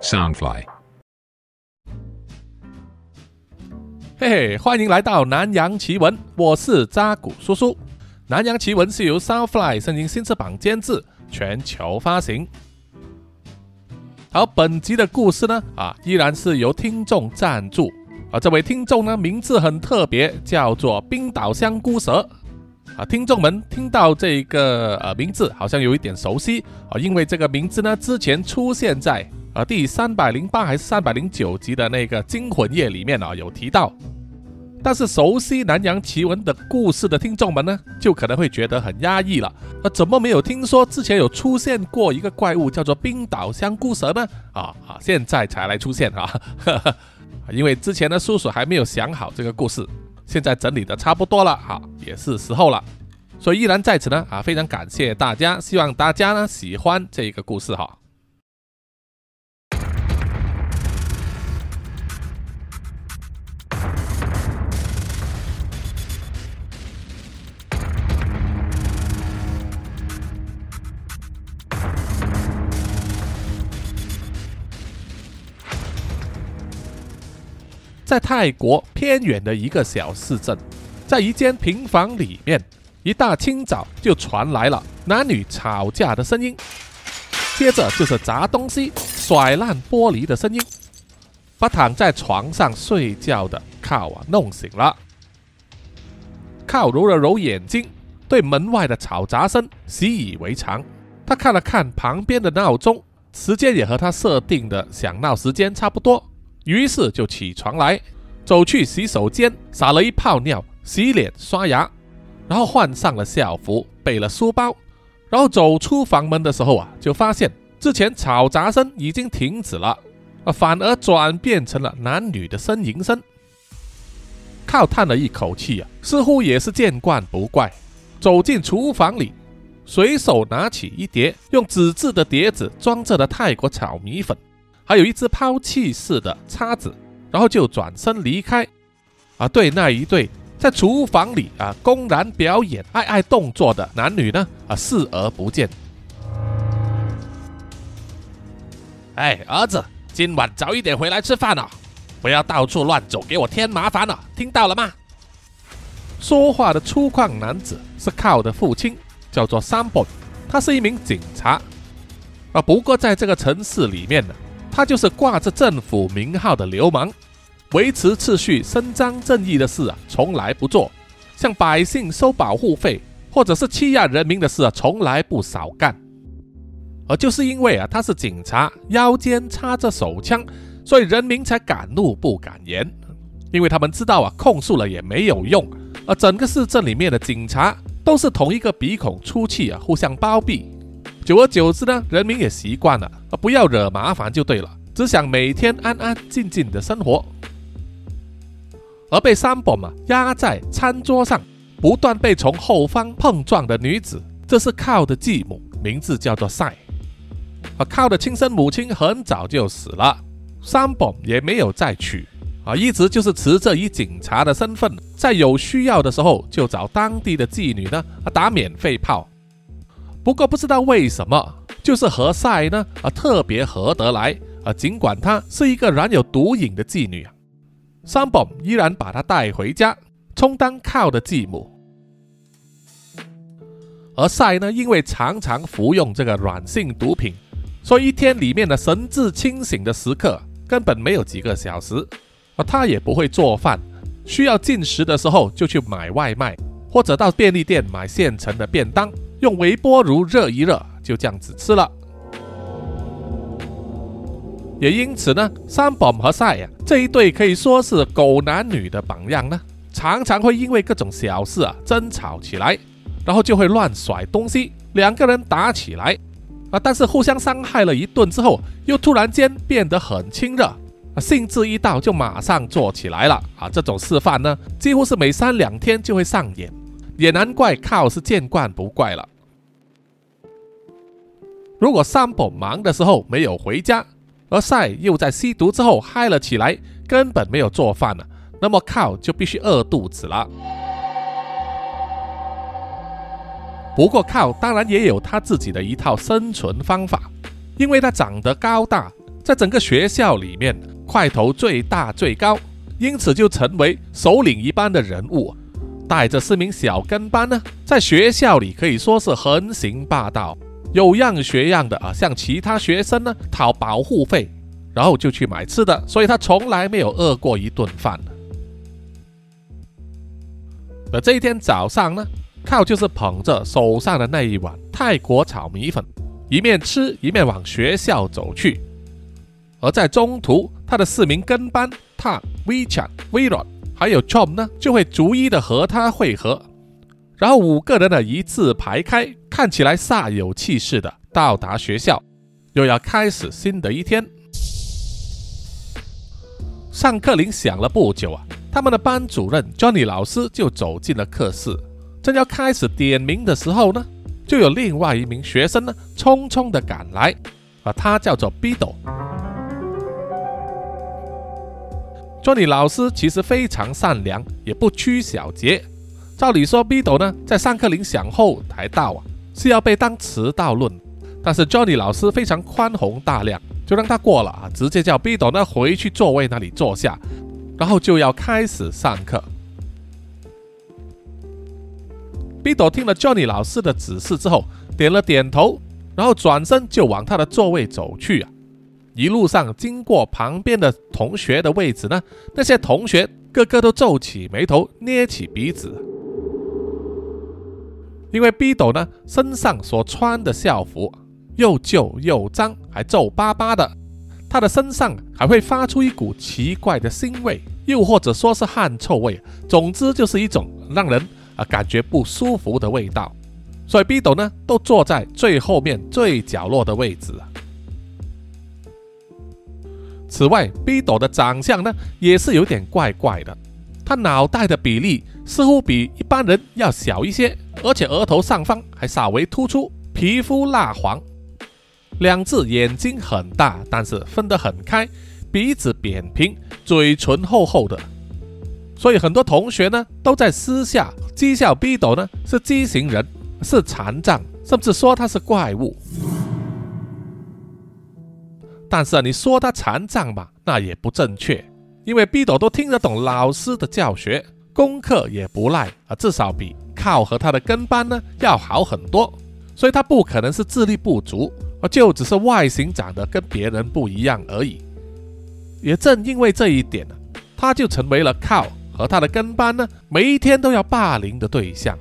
Soundfly。 嘿嘿，欢迎来到南洋奇闻，我是扎古叔叔。南洋奇闻是由 Soundfly 声音新翅膀监制，全球发行。好，本集的故事呢，依然是由听众赞助。这位听众呢，名字很特别，叫做冰岛香菇蛇。听众们听到这个名字好像有一点熟悉，因为这个名字呢，之前出现在第308还是309集的那个惊魂夜里面有提到。但是熟悉南洋奇闻的故事的听众们呢，就可能会觉得很压抑了。怎么没有听说之前有出现过一个怪物叫做冰岛香菇蛇呢？现在才来出现因为之前的叔叔还没有想好这个故事，现在整理的差不多了，也是时候了。所以依然在此呢，非常感谢大家，希望大家呢喜欢这个故事在泰国偏远的一个小市镇，在一间平房里面，一大清早就传来了男女吵架的声音，接着就是砸东西、甩烂玻璃的声音，把躺在床上睡觉的靠弄醒了。靠揉了揉眼睛，对门外的吵杂声习以为常。他看了看旁边的闹钟，时间也和他设定的想闹时间差不多，于是就起床来，走去洗手间撒了一泡尿，洗脸刷牙，然后换上了校服，背了书包，然后走出房门的时候就发现之前吵杂声已经停止了，反而转变成了男女的呻吟声。靠叹了一口气似乎也是见惯不怪，走进厨房里，随手拿起一碟用纸质的碟子装着的泰国炒米粉，还有一只抛弃式的叉子，然后就转身离开，对那一对在厨房里公然表演爱动作的男女呢视而不见。儿子，今晚早一点回来吃饭不要到处乱走，给我添麻烦听到了吗？说话的粗犷男子是靠的父亲，叫做Sambon，他是一名警察不过在这个城市里面呢，他就是挂着政府名号的流氓，维持秩序、伸张正义的事从来不做，向百姓收保护费或者是欺压人民的事从来不少干。而就是因为他是警察，腰间插着手枪，所以人民才敢怒不敢言，因为他们知道控诉了也没有用，而整个市镇里面的警察都是同一个鼻孔出气互相包庇。久而久之呢，人民也习惯了，不要惹麻烦就对了，只想每天安安静静的生活。而被Sambon压在餐桌上，不断被从后方碰撞的女子，这是靠的继母，名字叫做赛。靠的亲生母亲很早就死了，Sambon也没有再娶，一直就是持着以警察的身份，在有需要的时候就找当地的妓女呢打免费炮。不过不知道为什么，就是和赛呢特别合得来，尽管她是一个染有毒瘾的妓女Sambon依然把她带回家，充当靠的继母。而赛呢，因为常常服用这个软性毒品，所以一天里面的神志清醒的时刻根本没有几个小时，他也不会做饭，需要进食的时候就去买外卖，或者到便利店买现成的便当，用微波炉热一热，就这样子吃了。也因此呢，Sambon和赛这一对可以说是狗男女的榜样呢，常常会因为各种小事争吵起来，然后就会乱甩东西，两个人打起来但是互相伤害了一顿之后，又突然间变得很亲热，兴致一到就马上做起来了这种示范呢，几乎是每3、2天就会上演，也难怪靠是见惯不怪了。如果Sambon忙的时候没有回家，而赛又在吸毒之后嗨了起来，根本没有做饭那么靠就必须饿肚子了。不过靠当然也有他自己的一套生存方法，因为他长得高大， 在整个学校里面块头最大最高，因此就成为首领一般的人物，带着4名小跟班呢，在学校里可以说是横行霸道，有样学样的向其他学生呢讨保护费，然后就去买吃的，所以他从来没有饿过一顿饭。而这一天早上呢，靠就是捧着手上的那一碗泰国炒米粉，一面吃一面往学校走去。而在中途，他的4名跟班Tan、Wechat、Virat 还有 Chom 呢，就会逐一的和他会合，然后5个人呢一字排开，看起来煞有气势的到达学校，又要开始新的一天。上课铃响了不久他们的班主任 Johnny 老师就走进了课室，正要开始点名的时候呢，就有另外一名学生呢匆匆的赶来，他叫做 Bido。Johnny 老师其实非常善良，也不拘小节。照理说 Bido 呢在上课铃响后才到是要被当迟到论，但是 Johnny 老师非常宽宏大量，就让他过了直接叫 Bido 呢回去座位那里坐下，然后就要开始上课。Bido 听了 Johnny 老师的指示之后，点了点头，然后转身就往他的座位走去一路上经过旁边的同学的位置呢，那些同学个个都皱起眉头，捏起鼻子，因为 Bido 呢身上所穿的校服又旧又脏，还皱巴巴的，他的身上还会发出一股奇怪的腥味，又或者说是汗臭味，总之就是一种让人感觉不舒服的味道。所以 Bido 呢都坐在最后面最角落的位置。此外 Bido 的长相呢也是有点怪怪的，他脑袋的比例似乎比一般人要小一些，而且额头上方还稍微突出，皮肤蜡黄，2只眼睛很大，但是分得很开，鼻子扁平，嘴唇厚厚的，所以很多同学呢都在私下讥笑 Bido 呢是畸形人，是残障，甚至说他是怪物。但是你说他残障吧，那也不正确，因为 Bido 都听得懂老师的教学，功课也不赖至少比靠和他的跟班呢要好很多，所以他不可能是智力不足，就只是外形长得跟别人不一样而已。也正因为这一点他就成为了靠和他的跟班呢每一天都要霸凌的对象。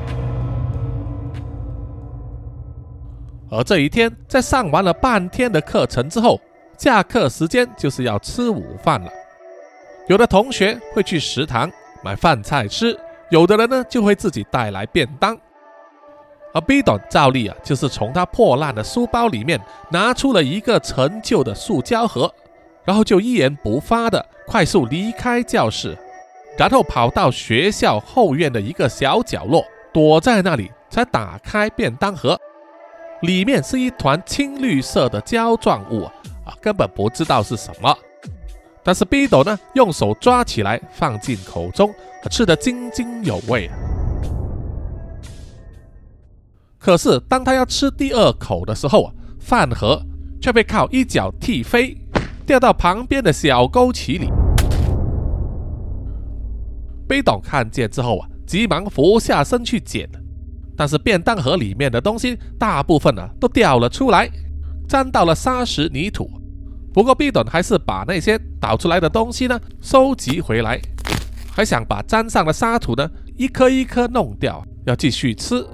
而这一天，在上完了半天的课程之后，下课时间就是要吃午饭了。有的同学会去食堂买饭菜吃，有的人呢就会自己带来便当。而 Bido 照例就是从他破烂的书包里面拿出了一个陈旧的塑胶盒，然后就一言不发的快速离开教室，然后跑到学校后院的一个小角落，躲在那里才打开便当盒。里面是一团青绿色的胶状物根本不知道是什么。但是 Bido 呢用手抓起来放进口中，吃得津津有味。可是当他要吃第2口的时候饭盒却被靠一脚踢飞，掉到旁边的小沟渠里。Bido 看见之后急忙俯下身去捡，但是便当盒里面的东西大部分都掉了出来，沾到了沙石泥土。不过 Bido 还是把那些倒出来的东西呢收集回来，还想把沾上的沙土呢一颗一颗弄掉，要继续吃。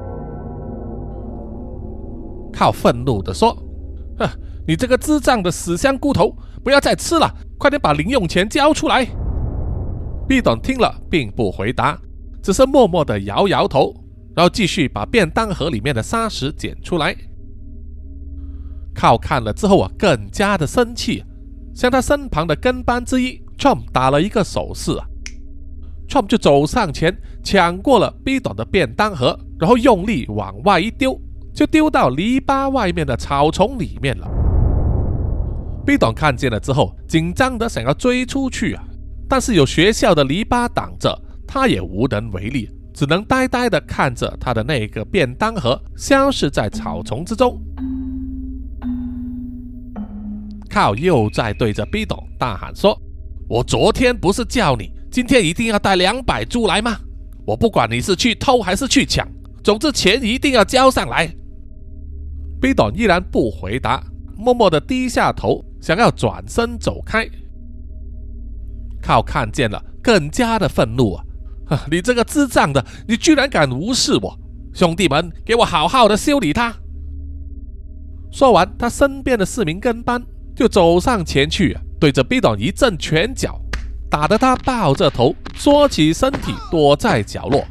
靠愤怒地说：你这个智障的死香菇头，不要再吃了，快点把零用钱交出来。Bido 听了并不回答，只是默默地摇摇头，然后继续把便当盒里面的沙石捡出来。靠看了之后更加的生气，向他身旁的跟班之一 Chom 打了一个手势Chom 就走上前抢过了 Bido 的便当盒，然后用力往外一丢，就丢到篱笆外面的草丛里面了。Bido 看见了之后紧张的想要追出去但是有学校的篱笆挡着，他也无能为力，只能呆呆的看着他的那个便当盒消失在草丛之中。 靠又在对着 B 董大喊说：我昨天不是叫你今天一定要带200株来吗？我不管你是去偷还是去抢，总之钱一定要交上来。 B 董依然不回答，默默地低下头，想要转身走开。靠看见了，更加的愤怒啊！你这个智障的，你居然敢无视我！兄弟们，给我好好的修理他！说完，他身边的4名跟班就走上前去，对着 B 董一阵拳脚，打得他抱着头，缩起身体躲在角落。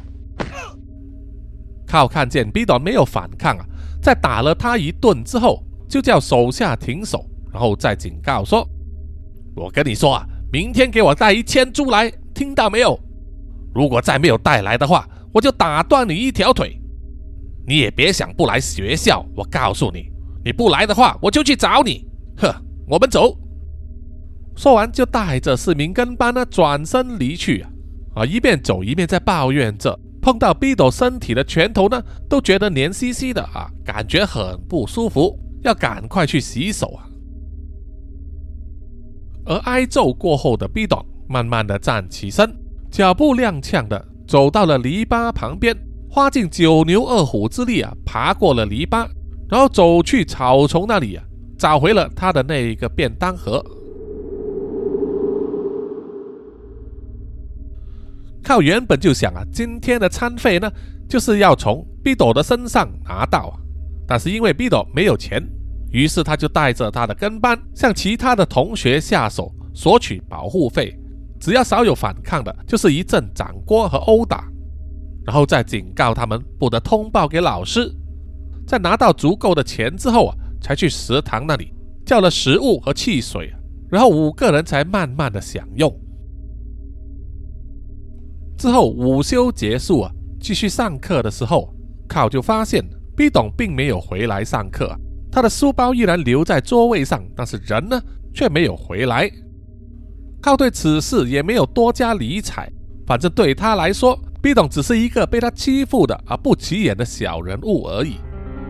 靠看见 B 董没有反抗啊，在打了他一顿之后，就叫手下停手，然后再警告说：我跟你说啊，明天给我带1000株来，听到没有？如果再没有带来的话，我就打断你一条腿。你也别想不来学校，我告诉你，你不来的话，我就去找你。我们走。说完就带着4名跟班转身离去一边走一边在抱怨着，碰到 B 董身体的拳头呢，都觉得黏兮兮的感觉很不舒服，要赶快去洗手而挨揍过后的 B 董慢慢的站起身，脚步踉跄的走到了篱笆旁边，花尽9牛2虎之力爬过了篱笆，然后走去草丛那里找回了他的那一个便当盒。靠原本就想今天的餐费呢，就是要从 B 董的身上拿到但是因为 B 董没有钱，于是他就带着他的跟班向其他的同学下手索取保护费，只要稍有反抗的，就是一阵掌掴和殴打，然后再警告他们不得通报给老师。在拿到足够的钱之后才去食堂那里叫了食物和汽水，然后5个人才慢慢的享用。之后午休结束继续上课的时候，靠就发现 B 董并没有回来上课，他的书包依然留在座位上，但是人呢却没有回来。靠对此事也没有多加理睬，反正对他来说 B 董只是一个被他欺负的不起眼的小人物而已。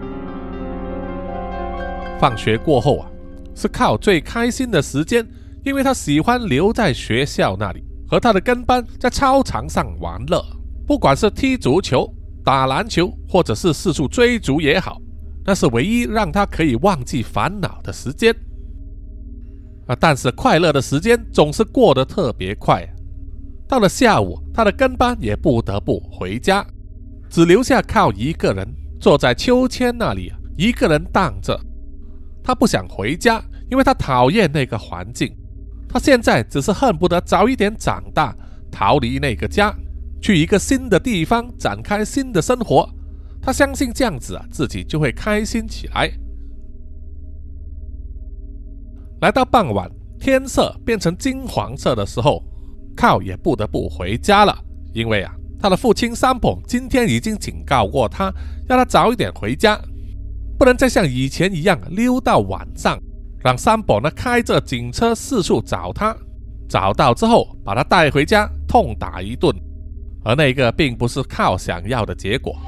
放学过后是靠最开心的时间，因为他喜欢留在学校那里和他的跟班在操场上玩乐，不管是踢足球、打篮球或者是四处追逐也好，那是唯一让他可以忘记烦恼的时间但是快乐的时间总是过得特别快到了下午，他的跟班也不得不回家，只留下靠一个人坐在秋千那里一个人荡着。他不想回家，因为他讨厌那个环境，他现在只是恨不得早一点长大，逃离那个家，去一个新的地方展开新的生活。他相信这样子自己就会开心起来。来到傍晚，天色变成金黄色的时候，靠也不得不回家了，因为他的父亲三捧今天已经警告过他，要他早一点回家，不能再像以前一样溜到晚上，让三捧开着警车四处找他，找到之后把他带回家痛打一顿，而那个并不是靠想要的结果。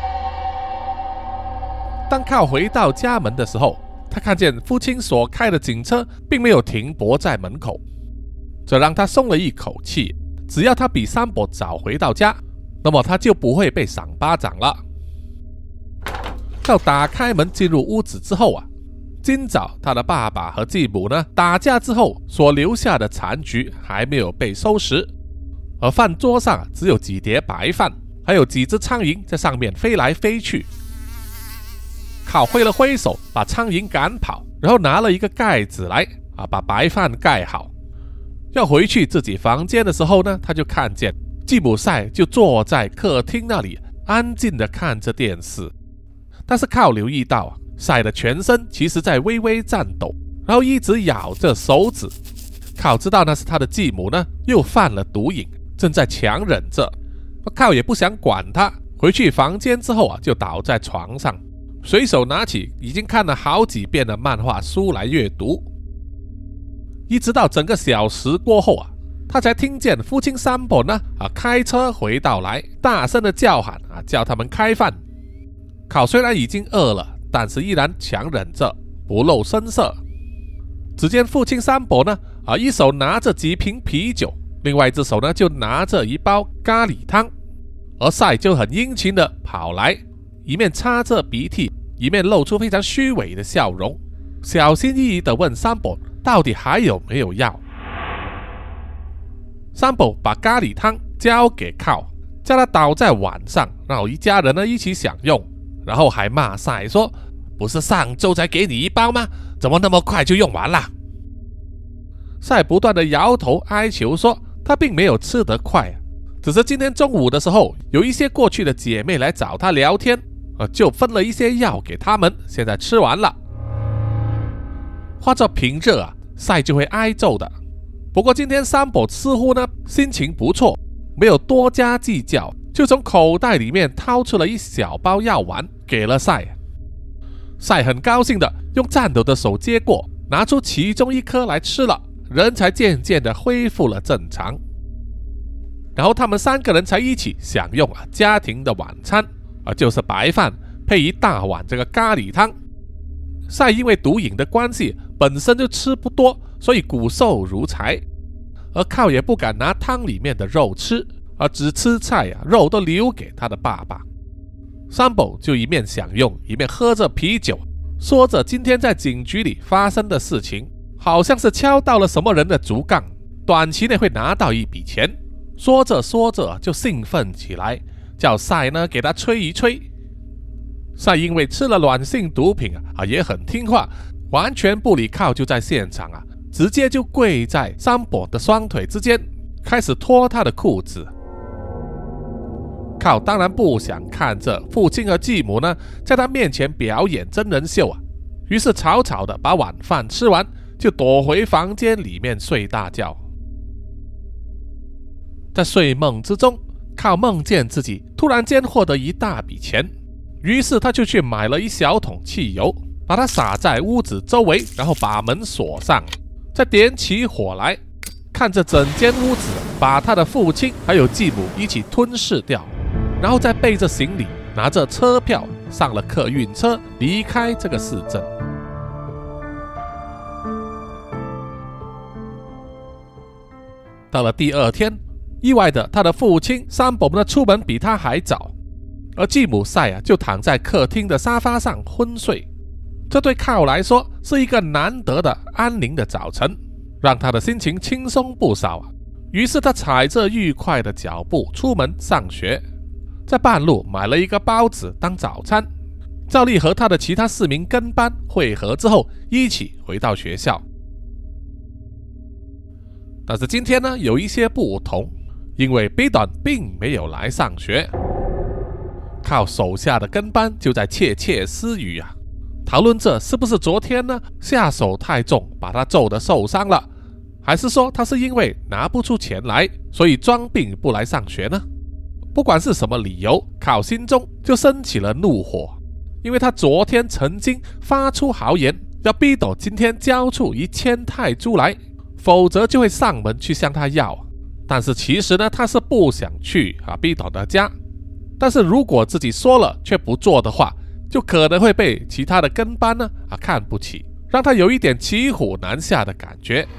当靠回到家门的时候，他看见父亲所开的警车并没有停泊在门口，这让他松了一口气，只要他比三伯早回到家，那么他就不会被赏巴掌了。靠打开门进入屋子之后今早他的爸爸和继母打架之后所留下的残局还没有被收拾，而饭桌上只有几碟白饭，还有几只苍蝇在上面飞来飞去。靠挥了挥手把苍蝇赶跑，然后拿了一个盖子来把白饭盖好。要回去自己房间的时候呢，他就看见继母赛就坐在客厅那里安静地看着电视，但是靠留意到赛的全身其实在微微颤抖，然后一直咬着手指。靠知道那是他的继母呢又犯了毒瘾，正在强忍着。靠也不想管他，回去房间之后就倒在床上，随手拿起已经看了好几遍的漫画书来阅读。一直到整个小时过后他才听见父亲三本开车回到来，大声的叫喊叫他们开饭。靠虽然已经饿了，但是依然强忍着不露声色。 只见父亲三伯呢，一手拿着几瓶啤酒，另外一只手呢就拿着一包咖喱汤，而赛就很殷勤的跑来，一面擦着鼻涕，一面露出非常虚伪的笑容，小心翼翼的问三伯到底还有没有药。三伯把咖喱汤交给靠，叫他倒在碗上，让一家人呢一起享用，然后还骂赛说：“不是上周才给你一包吗？怎么那么快就用完了？”赛不断的摇头哀求说，他并没有吃得快，只是今天中午的时候，有一些过去的姐妹来找他聊天，就分了一些药给他们，现在吃完了。换做平日赛就会挨揍的。不过今天三伯似乎呢心情不错，没有多加计较，就从口袋里面掏出了一小包药丸给了赛。赛很高兴的用颤抖的手接过，拿出其中一颗来吃了，人才渐渐的恢复了正常。然后他们3个人才一起享用家庭的晚餐，就是白饭配一大碗这个咖喱汤。赛因为毒瘾的关系，本身就吃不多，所以骨瘦如柴，而靠也不敢拿汤里面的肉吃，只吃菜肉都留给他的爸爸。三伯就一面享用，一面喝着啤酒，说着今天在警局里发生的事情，好像是敲到了什么人的竹杠，短期内会拿到一笔钱。说着说着就兴奋起来，叫赛呢给他吹一吹。赛因为吃了软性毒品也很听话，完全不理靠，就在现场直接就跪在三伯的双腿之间，开始脱他的裤子。靠当然不想看着父亲和继母呢在他面前表演真人秀于是草草的把晚饭吃完，就躲回房间里面睡大觉。在睡梦之中，靠梦见自己突然间获得一大笔钱，于是他就去买了一小桶汽油，把它洒在屋子周围，然后把门锁上，再点起火来，看着整间屋子把他的父亲还有继母一起吞噬掉，然后再背着行李，拿着车票上了客运车，离开这个市镇。到了第二天，意外的他的父亲三伯呢出门比他还早，而继母赛就躺在客厅的沙发上昏睡。这对靠来说是一个难得的安宁的早晨，让他的心情轻松不少于是他踩着愉快的脚步出门上学，在半路买了一个包子当早餐，照例和他的其他4名跟班会合之后一起回到学校。但是今天呢有一些不同，因为 B 短并没有来上学，靠手下的跟班就在窃窃私语讨论这是不是昨天呢下手太重把他揍得受伤了，还是说他是因为拿不出钱来所以装病不来上学呢？不管是什么理由，靠心中就升起了怒火，因为他昨天曾经发出豪言，要 B 短今天交出1000泰铢来，否则就会上门去向他要。但是其实呢他是不想去B 短的家，但是如果自己说了却不做的话，就可能会被其他的跟班呢看不起，让他有一点骑虎难下的感觉。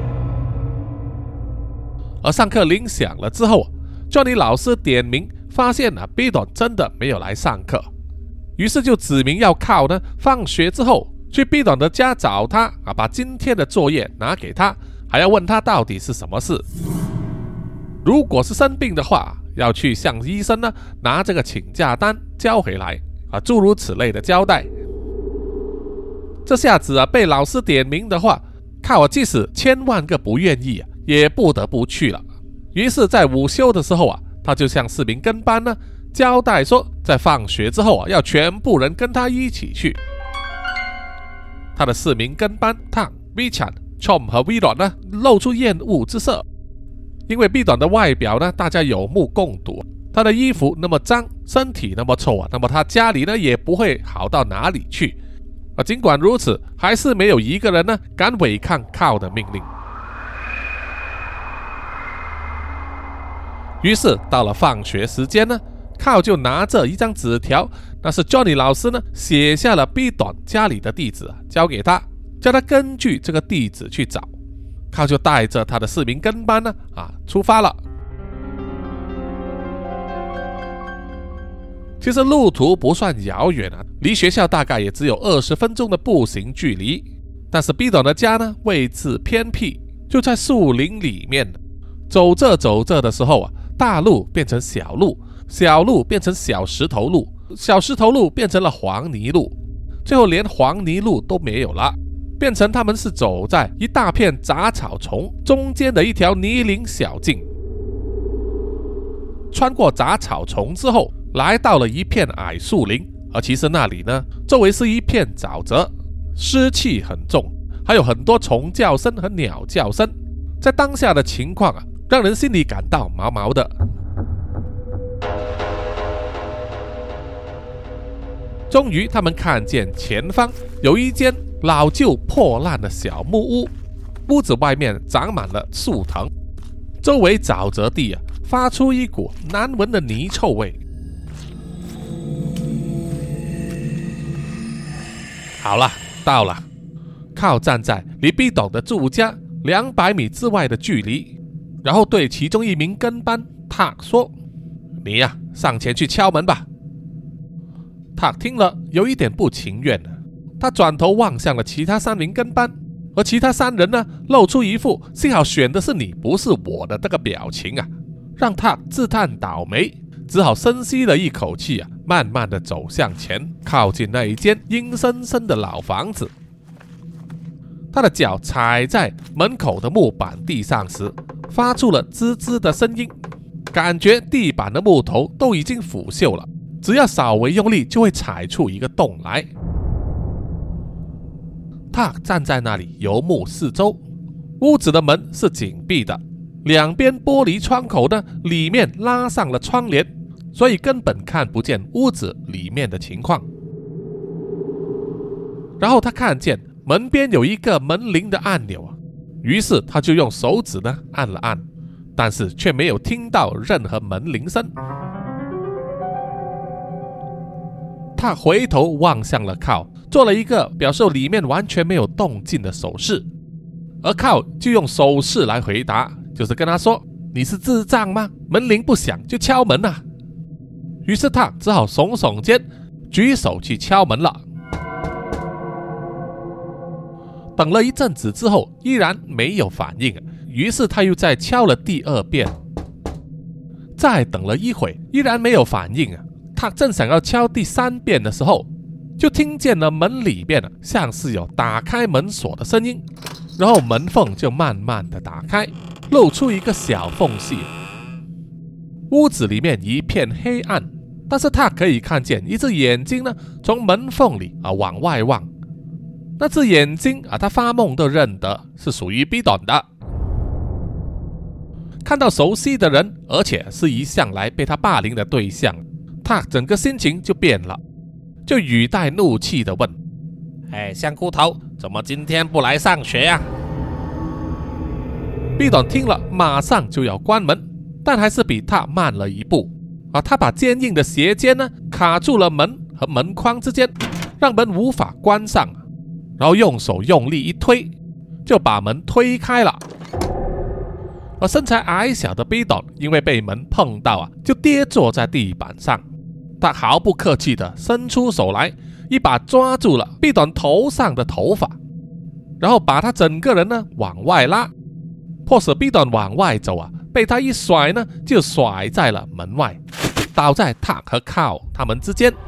而上课铃响了之后，Johnny 老师点名发现B 短真的没有来上课，于是就指明要靠呢放学之后去 B 短的家找他把今天的作业拿给他，还要问他到底是什么事。如果是生病的话，要去向医生呢拿这个请假单交回来诸如此类的交代。这下子被老师点名的话，靠即使千万个不愿意也不得不去了。于是在午休的时候他就向4名跟班呢交代说，在放学之后要全部人跟他一起去。他的4名跟班 Tang、Vichan、Chom 和 V 短呢露出厌恶之色，因为 B 短的外表呢大家有目共睹，他的衣服那么脏，身体那么臭那么他家里呢也不会好到哪里去尽管如此，还是没有一个人呢敢违抗靠的命令。于是到了放学时间呢，靠就拿着一张纸条，那是 Johnny 老师呢写下了 B 短家里的地址交给他， 叫他根据这个地址去找。靠就带着他的4名跟班呢出发了。其实路途不算遥远离学校大概也只有20分钟的步行距离。但是 B 短的家呢位置偏僻，就在树林里面。走着走着的时候大路变成小路，小路变成小石头路，小石头路变成了黄泥路，最后连黄泥路都没有了，变成他们是走在一大片杂草丛中间的一条泥泞小径。穿过杂草丛之后，来到了一片矮树林，而其实那里呢，周围是一片沼泽，湿气很重，还有很多虫叫声和鸟叫声。在当下的情况让人心里感到毛毛的。终于他们看见前方有一间老旧破烂的小木屋，屋子外面长满了树藤，周围沼泽地发出一股难闻的泥臭味。好了，到了。靠站在离 B 短的住家200米之外的距离，然后对其中一名跟班 Tuck 说：“你上前去敲门吧。” Tuck 听了有一点不情愿，他转头望向了其他3名跟班，而其他3人呢，露出一副幸好选的是你不是我的这个表情让Tuck自叹倒霉，只好深吸了一口气慢慢的走向前，靠近那一间阴森森的老房子。他的脚踩在门口的木板地上时，发出了吱吱的声音，感觉地板的木头都已经腐朽了，只要稍微用力就会踩出一个洞来。他站在那里游目四周，屋子的门是紧闭的，两边玻璃窗口呢，里面拉上了窗帘，所以根本看不见屋子里面的情况。然后他看见门边有一个门铃的按钮，于是他就用手指呢按了按，但是却没有听到任何门铃声。他回头望向了靠，做了一个表示里面完全没有动静的手势，而靠就用手势来回答，就是跟他说：“你是智障吗？门铃不响就敲门啊！”于是他只好耸耸肩，举手去敲门了。等了一阵子之后，依然没有反应，于是他又再敲了第2遍。再等了一会，依然没有反应。他正想要敲第3遍的时候，就听见了门里面像是有打开门锁的声音，然后门缝就慢慢的打开，露出一个小缝隙。屋子里面一片黑暗，但是他可以看见一只眼睛呢从门缝里往外望。那只眼睛他发梦都认得是属于 B 短的。看到熟悉的人，而且是一向来被他霸凌的对象，他整个心情就变了，就语带怒气的问：“香菇头，怎么今天不来上学呀？”B 短听了马上就要关门，但还是比他慢了一步。他把坚硬的鞋尖呢卡住了门和门框之间，让门无法关上，然后用手用力一推，就把门推开了。而身材矮小的 B 短因为被门碰到就跌坐在地板上。他毫不客气地伸出手来，一把抓住了 B 短头上的头发，然后把他整个人呢往外拉，迫使 B 短往外走被他一甩呢，就甩在了门外，倒在他和靠他们之间。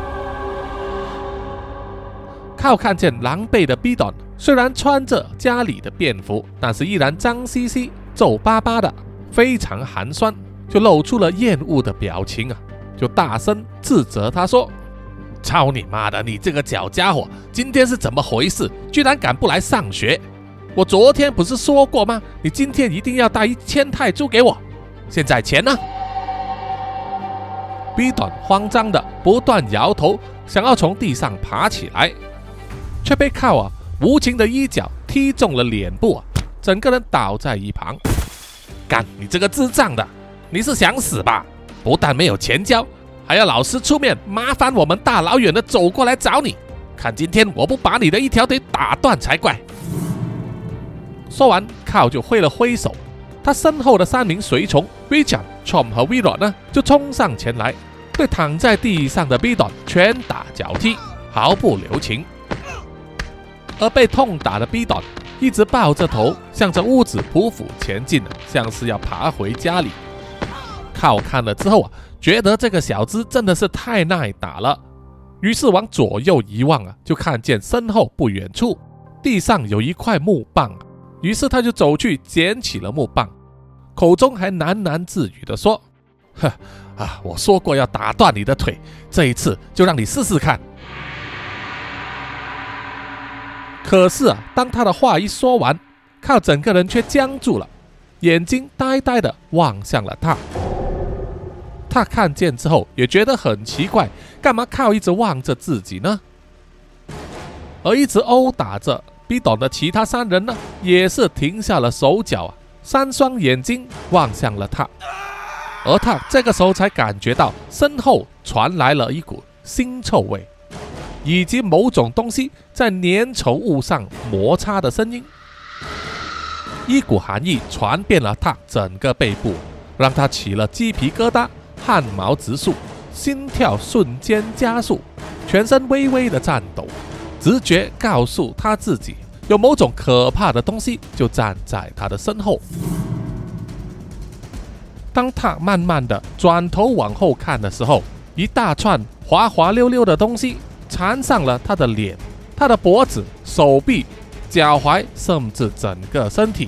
靠看见狼狈的 B 短，虽然穿着家里的便服，但是依然脏兮兮、皱巴巴的，非常寒酸，就露出了厌恶的表情就大声斥责他说：“操你妈的，你这个小家伙，今天是怎么回事？居然敢不来上学！我昨天不是说过吗？你今天一定要带1000泰铢给我，现在钱呢？”B 短慌张的不断摇头，想要从地上爬起来，却被靠无情的一脚踢中了脸部整个人倒在一旁。干，你这个智障的，你是想死吧？不但没有钱交，还要老师出面麻烦我们大老远的走过来找你， 看今天我不把你的一条腿打断才怪。说完，靠就挥了挥手，他身后的3名随从 Richard、Chom 和 Virod 呢，就冲上前来，对躺在地上的 Bidon 拳打脚踢，毫不留情。而被痛打的 Bidon 一直抱着头向着屋子匍匐前进，像是要爬回家里。靠看了之后觉得这个小子真的是太耐打了，于是往左右一望就看见身后不远处地上有一块木棒，于是他就走去捡起了木棒，口中还喃喃自语地说：我说过要打断你的腿，这一次就让你试试看。可是当他的话一说完，靠整个人却僵住了，眼睛呆呆地望向了他。他看见之后也觉得很奇怪，干嘛靠一直望着自己呢？而一直殴打着Bidon的其他3人呢，也是停下了手脚3双眼睛望向了他。而他这个时候才感觉到身后传来了一股腥臭味，以及某种东西在粘稠物上摩擦的声音。一股寒意传遍了他整个背部，让他起了鸡皮疙瘩，汗毛直竖，心跳瞬间加速，全身微微的颤抖。直觉告诉他自己，有某种可怕的东西就站在他的身后。当他慢慢的转头往后看的时候，一大串滑滑溜溜的东西缠上了他的脸、他的脖子、手臂、脚踝，甚至整个身体。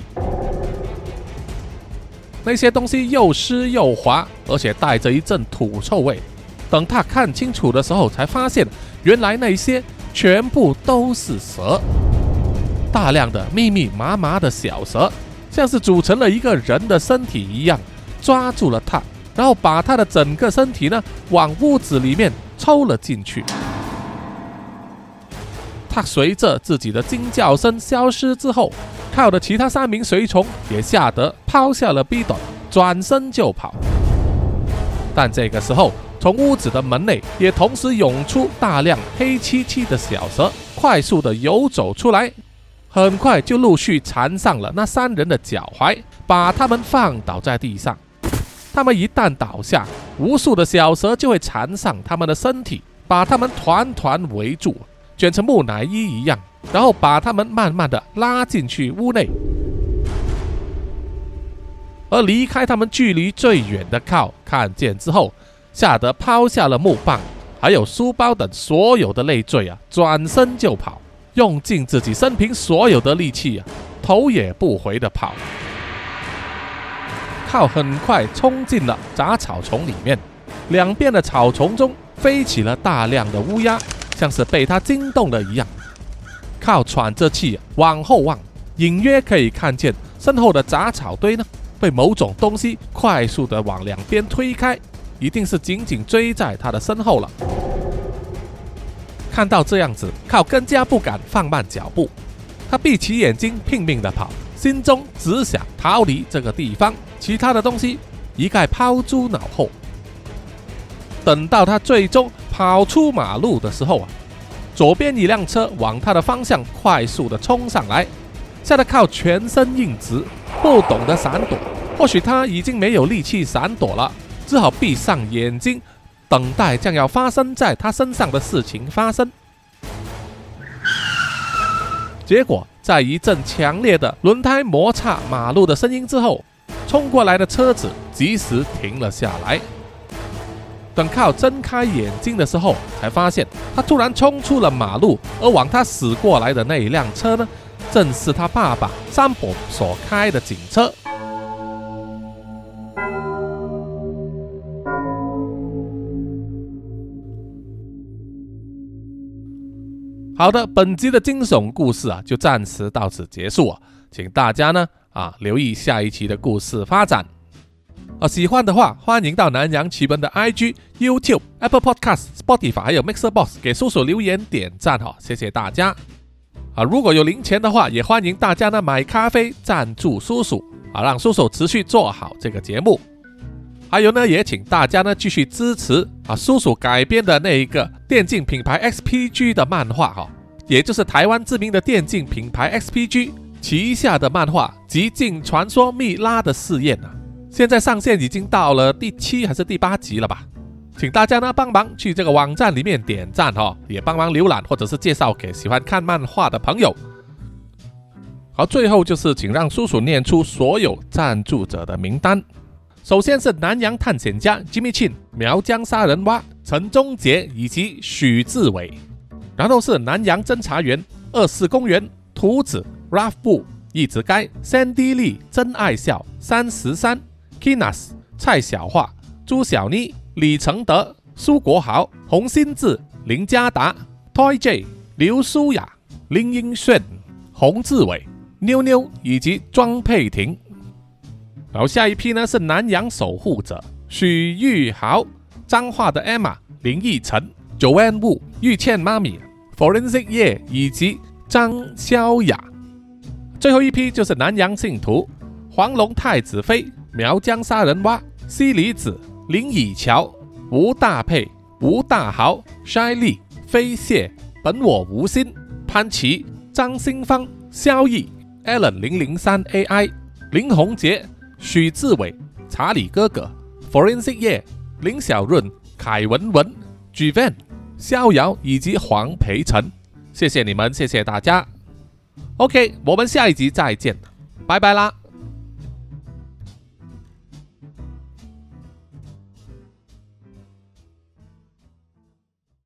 那些东西又湿又滑，而且带着一阵土臭味。等他看清楚的时候，才发现原来那些全部都是蛇，大量的密密麻麻的小蛇，像是组成了一个人的身体一样，抓住了他，然后把他的整个身体呢往屋子里面抽了进去。他随着自己的惊叫声消失之后，靠的其他3名随从也吓得抛下了 Bidon， 转身就跑。但这个时候，从屋子的门内也同时涌出大量黑漆漆的小蛇，快速的游走出来，很快就陆续缠上了那3人的脚踝，把他们放倒在地上。他们一旦倒下，无数的小蛇就会缠上他们的身体，把他们团团围住，卷成木乃伊一样，然后把他们慢慢的拉进去屋内。而离开他们距离最远的靠看见之后，吓得抛下了木棒还有书包等所有的累赘转身就跑，用尽自己生平所有的力气头也不回的跑。靠很快冲进了杂草丛里面，两边的草丛中飞起了大量的乌鸦，像是被他惊动了一样。靠喘着气往后望，隐约可以看见身后的杂草堆呢被某种东西快速的往两边推开，一定是紧紧追在他的身后了。看到这样子，靠更加不敢放慢脚步，他闭起眼睛拼命的跑，心中只想逃离这个地方，其他的东西一概抛诸脑后。等到他最终跑出马路的时候左边一辆车往他的方向快速的冲上来，吓得靠全身硬直，不懂得闪躲。或许他已经没有力气闪躲了，只好闭上眼睛，等待将要发生在他身上的事情发生。结果在一阵强烈的轮胎摩擦马路的声音之后，冲过来的车子及时停了下来。等靠睁开眼睛的时候，才发现他突然冲出了马路，而往他驶过来的那一辆车呢，正是他爸爸山本所开的警车。好的，本集的惊悚故事就暂时到此结束请大家呢留意下一期的故事发展。喜欢的话，欢迎到南洋奇闻的 IG、YouTube、Apple Podcast、Spotify 还有 Mixerbox 给叔叔留言点赞谢谢大家。如果有零钱的话，也欢迎大家呢买咖啡赞助叔叔让叔叔持续做好这个节目。 还有呢，也请大家呢继续支持叔叔改编的那一个电竞品牌 XPG 的漫画也就是台湾知名的电竞品牌 XPG 旗下的漫画《极境传说蜜拉的试验》现在上线已经到了第7还是第8集了吧？请大家呢帮忙去这个网站里面点赞也帮忙浏览或者是介绍给喜欢看漫画的朋友。好，最后就是请让叔叔念出所有赞助者的名单。首先是南洋探险家 Jimmy Chin、苗疆杀人蛙陈忠杰以及许志伟，然后是南洋侦查员24公园图子 Ralph 布一直该 Sandy Lee 真爱笑313 Kinas 蔡小桦朱小妮李承德苏国豪洪新志林家达 Toy J 刘舒雅林英炫洪志伟妞妞以及庄佩婷。然后下一批呢是南洋守护者许玉豪彰化的 Emma 林奕晨 Joanne Wu 玉倩妈咪 Forensic 叶以及张萧雅。最后一批就是南洋信徒黄龙太子妃苗疆杀人蛙西里子林以乔吴大佩吴大豪 Shy 丽飞蟹本我无心潘琪张新芳萧毅 Allen 003 AI 林宏杰许志伟查理哥哥 Forensic 叶林小润凯文文 Gvan 逍遥以及黄培晨。谢谢你们，谢谢大家。OK， 我们下一集再见，拜拜啦。